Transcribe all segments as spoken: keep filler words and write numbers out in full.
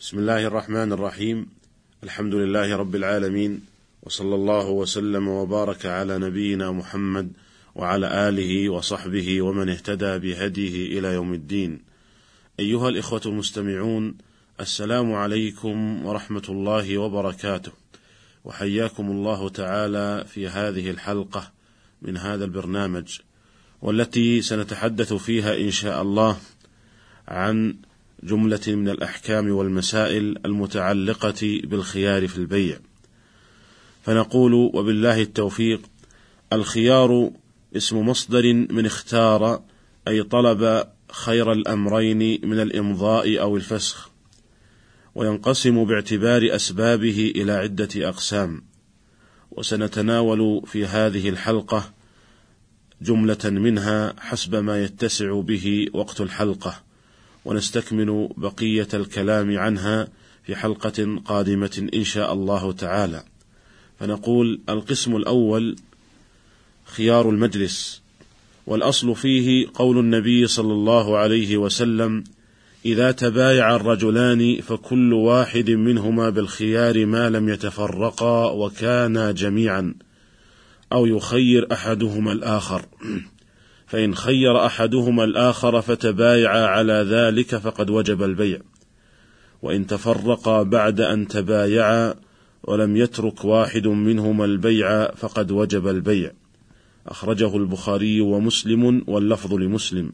بسم الله الرحمن الرحيم. الحمد لله رب العالمين، وصلى الله وسلم وبارك على نبينا محمد وعلى آله وصحبه ومن اهتدى بهديه إلى يوم الدين. أيها الإخوة المستمعون، السلام عليكم ورحمة الله وبركاته، وحياكم الله تعالى في هذه الحلقة من هذا البرنامج، والتي سنتحدث فيها إن شاء الله عن جملة من الأحكام والمسائل المتعلقة بالخيار في البيع. فنقول وبالله التوفيق: الخيار اسم مصدر من اختار، أي طلب خير الأمرين من الإمضاء أو الفسخ، وينقسم باعتبار أسبابه إلى عدة أقسام، وسنتناول في هذه الحلقة جملة منها حسب ما يتسع به وقت الحلقة، ونستكمل بقية الكلام عنها في حلقة قادمة إن شاء الله تعالى. فنقول: القسم الأول خيار المجلس، والأصل فيه قول النبي صلى الله عليه وسلم: إذا تبايع الرجلان فكل واحد منهما بالخيار ما لم يتفرقا وكانا جميعا، أو يخير أحدهما الآخر، فإن خير أحدهما الآخر فتبايعا على ذلك فقد وجب البيع، وإن تفرقا بعد أن تبايعا ولم يترك واحد منهما البيع فقد وجب البيع. أخرجه البخاري ومسلم، واللفظ لمسلم.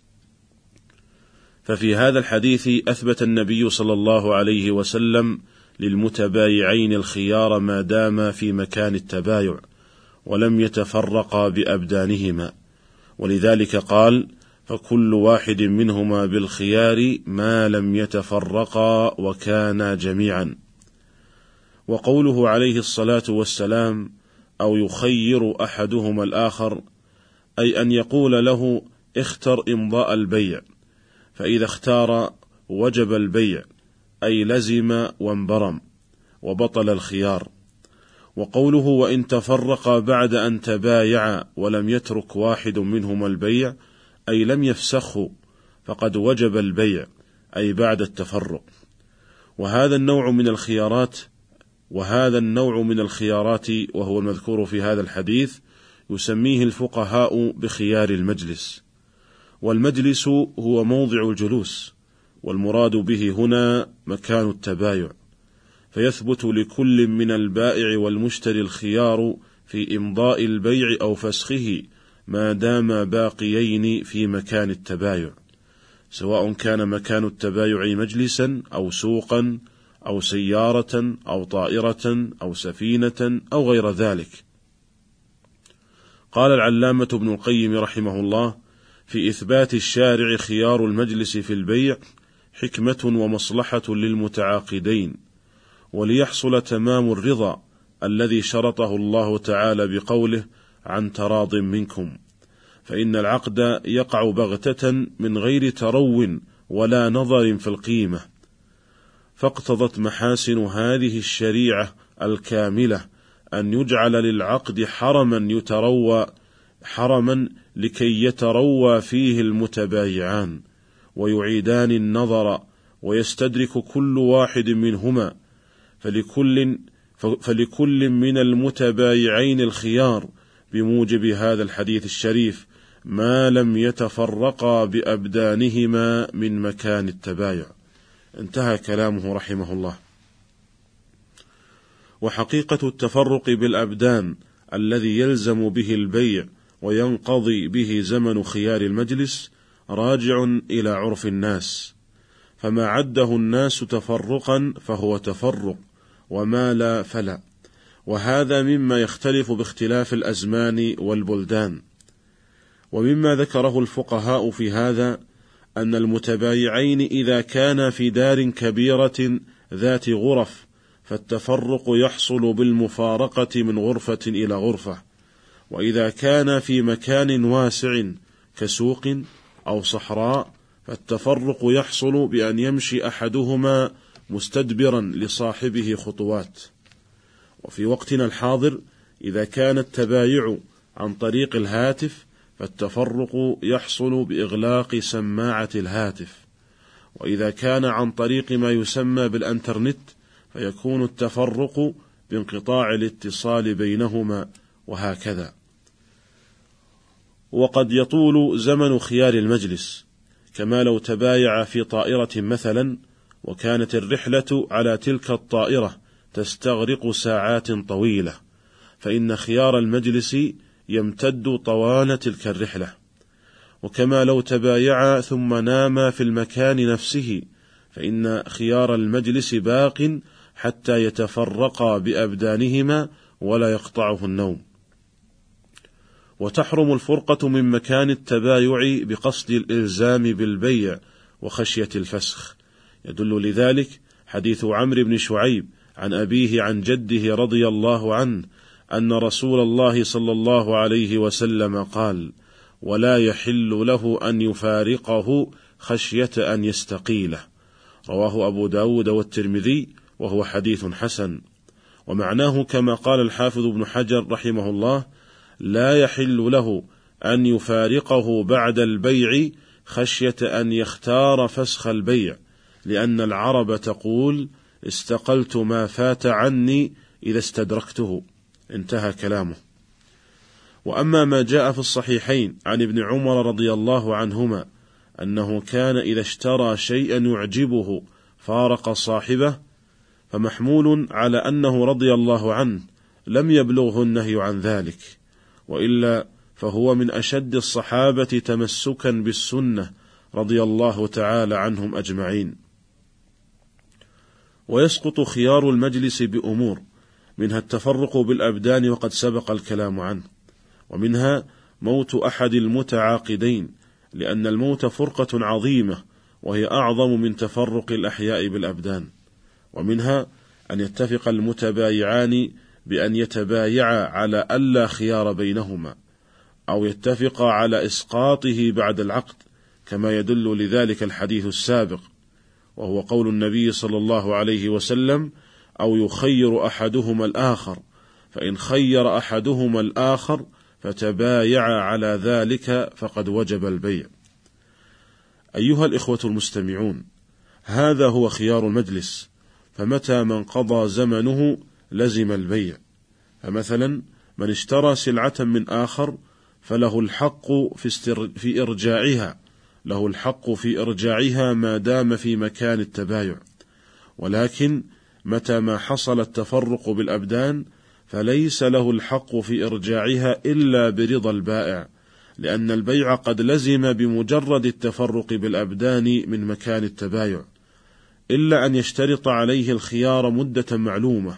ففي هذا الحديث أثبت النبي صلى الله عليه وسلم للمتبايعين الخيار ما داما في مكان التبايع ولم يتفرقا بأبدانهما، ولذلك قال: فكل واحد منهما بالخيار ما لم يتفرقا وكانا جميعا. وقوله عليه الصلاة والسلام: أو يخير أحدهما الآخر، أي أن يقول له: اختر إمضاء البيع، فإذا اختار وجب البيع، أي لزم وانبرم وبطل الخيار. وقوله: وإن تفرقا بعد أن تبايعا ولم يترك واحد منهما البيع، أي لم يفسخه فقد وجب البيع، أي بعد التفرق. وهذا النوع من الخيارات وهذا النوع من الخيارات وهو المذكور في هذا الحديث يسميه الفقهاء بخيار المجلس. والمجلس هو موضع الجلوس، والمراد به هنا مكان التبايع، فيثبت لكل من البائع والمشتري الخيار في إمضاء البيع أو فسخه ما دام باقيين في مكان التبايع، سواء كان مكان التبايع مجلسا أو سوقا أو سيارة أو طائرة أو سفينة أو غير ذلك. قال العلامة ابن القيم رحمه الله: في إثبات الشارع خيار المجلس في البيع حكمة ومصلحة للمتعاقدين، وليحصل تمام الرضا الذي شرطه الله تعالى بقوله: عن تراض منكم، فإن العقد يقع بغتة من غير ترو ولا نظر في القيمة، فاقتضت محاسن هذه الشريعة الكاملة أن يجعل للعقد حرما يتروى حرما لكي يتروى فيه المتبايعان ويعيدان النظر ويستدرك كل واحد منهما، فلكل, فلكل من المتبايعين الخيار بموجب هذا الحديث الشريف ما لم يتفرقا بأبدانهما من مكان التبايع. انتهى كلامه رحمه الله. وحقيقة التفرق بالأبدان الذي يلزم به البيع وينقضي به زمن خيار المجلس راجع إلى عرف الناس، فما عده الناس تفرقا فهو تفرق، وما لا فلا، وهذا مما يختلف باختلاف الأزمان والبلدان. ومما ذكره الفقهاء في هذا أن المتبايعين إذا كانا في دار كبيرة ذات غرف فالتفرق يحصل بالمفارقة من غرفة إلى غرفة، وإذا كان في مكان واسع كسوق أو صحراء فالتفرق يحصل بأن يمشي أحدهما مستدبرا لصاحبه خطوات. وفي وقتنا الحاضر إذا كان التبايع عن طريق الهاتف فالتفرق يحصل بإغلاق سماعة الهاتف، وإذا كان عن طريق ما يسمى بالأنترنت فيكون التفرق بانقطاع الاتصال بينهما، وهكذا. وقد يطول زمن خيار المجلس، كما لو تبايع في طائرة مثلا، وكانت الرحلة على تلك الطائرة تستغرق ساعات طويلة، فإن خيار المجلس يمتد طوال تلك الرحلة. وكما لو تبايعا ثم ناما في المكان نفسه، فإن خيار المجلس باق حتى يتفرقا بأبدانهما ولا يقطعه النوم. وتحرم الفرقة من مكان التبايع بقصد الإلزام بالبيع وخشية الفسخ. يدل لذلك حديث عمرو بن شعيب عن أبيه عن جده رضي الله عنه أن رسول الله صلى الله عليه وسلم قال: ولا يحل له أن يفارقه خشية أن يستقيله. رواه أبو داود والترمذي، وهو حديث حسن. ومعناه كما قال الحافظ ابن حجر رحمه الله: لا يحل له أن يفارقه بعد البيع خشية أن يختار فسخ البيع، لأن العرب تقول: استقلت ما فات عني إذا استدركته. انتهى كلامه. وأما ما جاء في الصحيحين عن ابن عمر رضي الله عنهما أنه كان إذا اشترى شيئا يعجبه فارق صاحبه، فمحمول على أنه رضي الله عنه لم يبلغه النهي عن ذلك، وإلا فهو من أشد الصحابة تمسكا بالسنة رضي الله تعالى عنهم أجمعين. ويسقط خيار المجلس بأمور، منها التفرق بالأبدان وقد سبق الكلام عنه، ومنها موت أحد المتعاقدين، لأن الموت فرقة عظيمة وهي أعظم من تفرق الأحياء بالأبدان. ومنها أن يتفق المتبايعان بأن يتبايعا على ألا خيار بينهما، أو يتفقا على إسقاطه بعد العقد، كما يدل لذلك الحديث السابق، وهو قول النبي صلى الله عليه وسلم: أو يخير أحدهما الآخر، فإن خير أحدهما الآخر فتبايع على ذلك فقد وجب البيع. أيها الإخوة المستمعون، هذا هو خيار المجلس، فمتى من قضى زمنه لزم البيع. فمثلا من اشترى سلعة من آخر فله الحق في, استر... في إرجاعها له الحق في إرجاعها ما دام في مكان التبايع، ولكن متى ما حصل التفرق بالأبدان فليس له الحق في إرجاعها إلا برضا البائع، لأن البيع قد لزم بمجرد التفرق بالأبدان من مكان التبايع، إلا أن يشترط عليه الخيار مدة معلومة.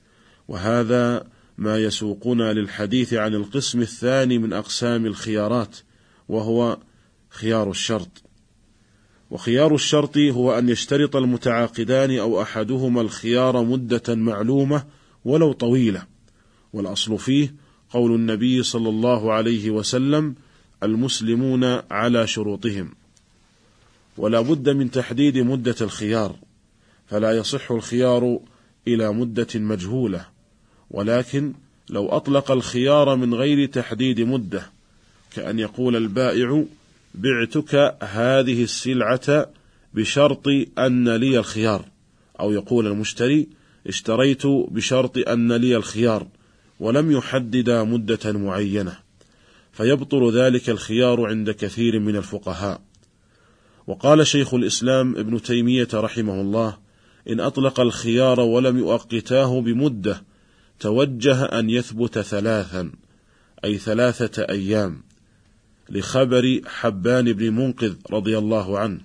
وهذا ما يسوقنا للحديث عن القسم الثاني من أقسام الخيارات، وهو خيار الشرط. وخيار الشرط هو أن يشترط المتعاقدان أو أحدهما الخيار مدة معلومة ولو طويلة، والأصل فيه قول النبي صلى الله عليه وسلم: المسلمون على شروطهم. ولا بد من تحديد مدة الخيار، فلا يصح الخيار إلى مدة مجهولة، ولكن لو أطلق الخيار من غير تحديد مدة، كأن يقول البائع: بعتك هذه السلعة بشرط أن لي الخيار، أو يقول المشتري: اشتريت بشرط أن لي الخيار، ولم يحدد مدة معينة، فيبطل ذلك الخيار عند كثير من الفقهاء. وقال شيخ الإسلام ابن تيمية رحمه الله: إن أطلق الخيار ولم يؤقتاه بمدة توجه أن يثبت ثلاثا، أي ثلاثة أيام، لخبر حبان بن منقذ رضي الله عنه،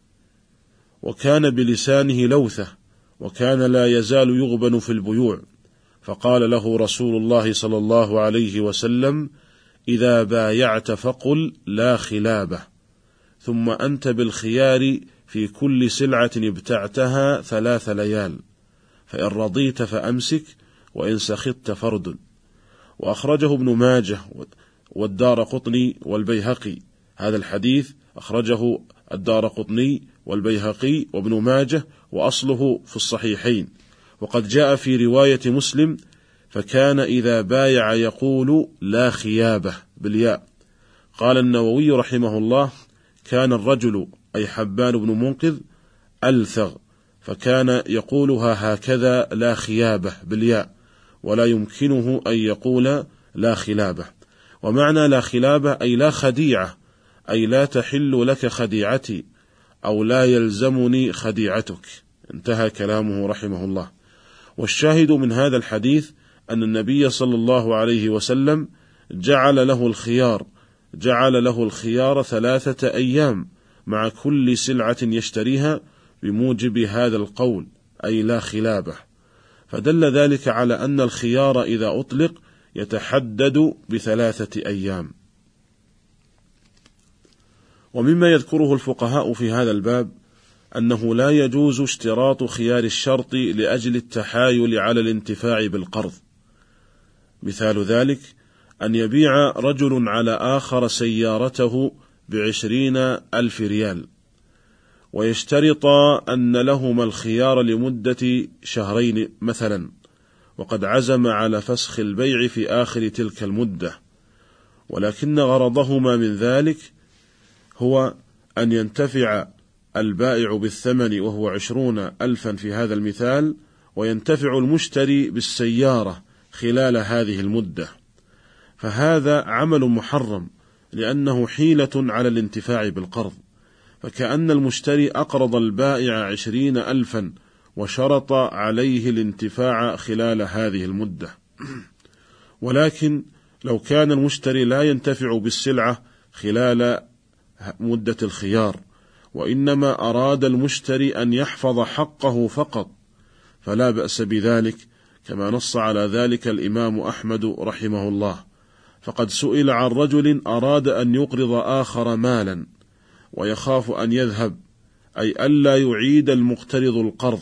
وكان بلسانه لوثة، وكان لا يزال يغبن في البيوع، فقال له رسول الله صلى الله عليه وسلم: إذا بايعت فقل لا خلابة، ثم أنت بالخيار في كل سلعة ابتعتها ثلاث ليال، فإن رضيت فأمسك، وإن سخطت فرد. وأخرجه ابن ماجه والدارقطني والبيهقي. هذا الحديث أخرجه الدارقطني والبيهقي وابن ماجه، وأصله في الصحيحين. وقد جاء في رواية مسلم: فكان إذا بايع يقول لا خيابة بالياء. قال النووي رحمه الله: كان الرجل، أي حبان بن منقذ، ألثغ، فكان يقولها هكذا لا خيابة بالياء، ولا يمكنه أن يقول لا خلابة. ومعنى لا خلابة أي لا خديعة، أي لا تحل لك خديعتي، أو لا يلزمني خديعتك. انتهى كلامه رحمه الله. والشاهد من هذا الحديث أن النبي صلى الله عليه وسلم جعل له الخيار جعل له الخيار ثلاثة أيام مع كل سلعة يشتريها بموجب هذا القول، أي لا خلابة. فدل ذلك على أن الخيار إذا أطلق يتحدد بثلاثة أيام. ومما يذكره الفقهاء في هذا الباب أنه لا يجوز اشتراط خيار الشرط لأجل التحايل على الانتفاع بالقرض. مثال ذلك أن يبيع رجل على آخر سيارته بعشرين ألف ريال، ويشترط أن لهما الخيار لمدة شهرين مثلا، وقد عزم على فسخ البيع في آخر تلك المدة، ولكن غرضهما من ذلك هو أن ينتفع البائع بالثمن وهو عشرون ألفا في هذا المثال، وينتفع المشتري بالسيارة خلال هذه المدة، فهذا عمل محرم لأنه حيلة على الانتفاع بالقرض، فكأن المشتري أقرض البائع عشرين ألفا وشرط عليه الانتفاع خلال هذه المدة. ولكن لو كان المشتري لا ينتفع بالسلعة خلال مدة الخيار، وإنما أراد المشتري أن يحفظ حقه فقط، فلا بأس بذلك، كما نص على ذلك الإمام أحمد رحمه الله. فقد سئل عن رجل أراد أن يقرض آخر مالا ويخاف أن يذهب، أي ألا يعيد المقترض القرض،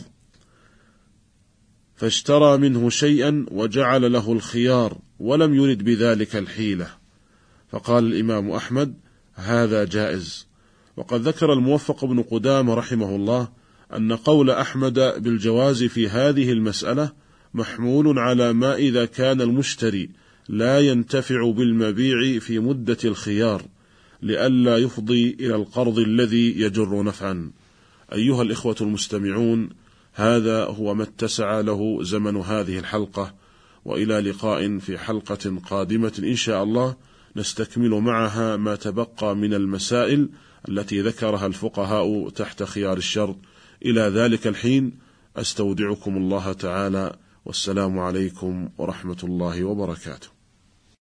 فاشترى منه شيئا وجعل له الخيار ولم يرد بذلك الحيلة، فقال الإمام أحمد هذا جائز. وقد ذكر الموفق بن قدامة رحمه الله أن قول أحمد بالجواز في هذه المسألة محمول على ما إذا كان المشتري لا ينتفع بالمبيع في مدة الخيار لئلا يفضي إلى القرض الذي يجر نفعا. أيها الإخوة المستمعون، هذا هو ما اتسع له زمن هذه الحلقة، وإلى لقاء في حلقة قادمة إن شاء الله نستكمل معها ما تبقى من المسائل التي ذكرها الفقهاء تحت خيار الشرط. إلى ذلك الحين أستودعكم الله تعالى، والسلام عليكم ورحمة الله وبركاته.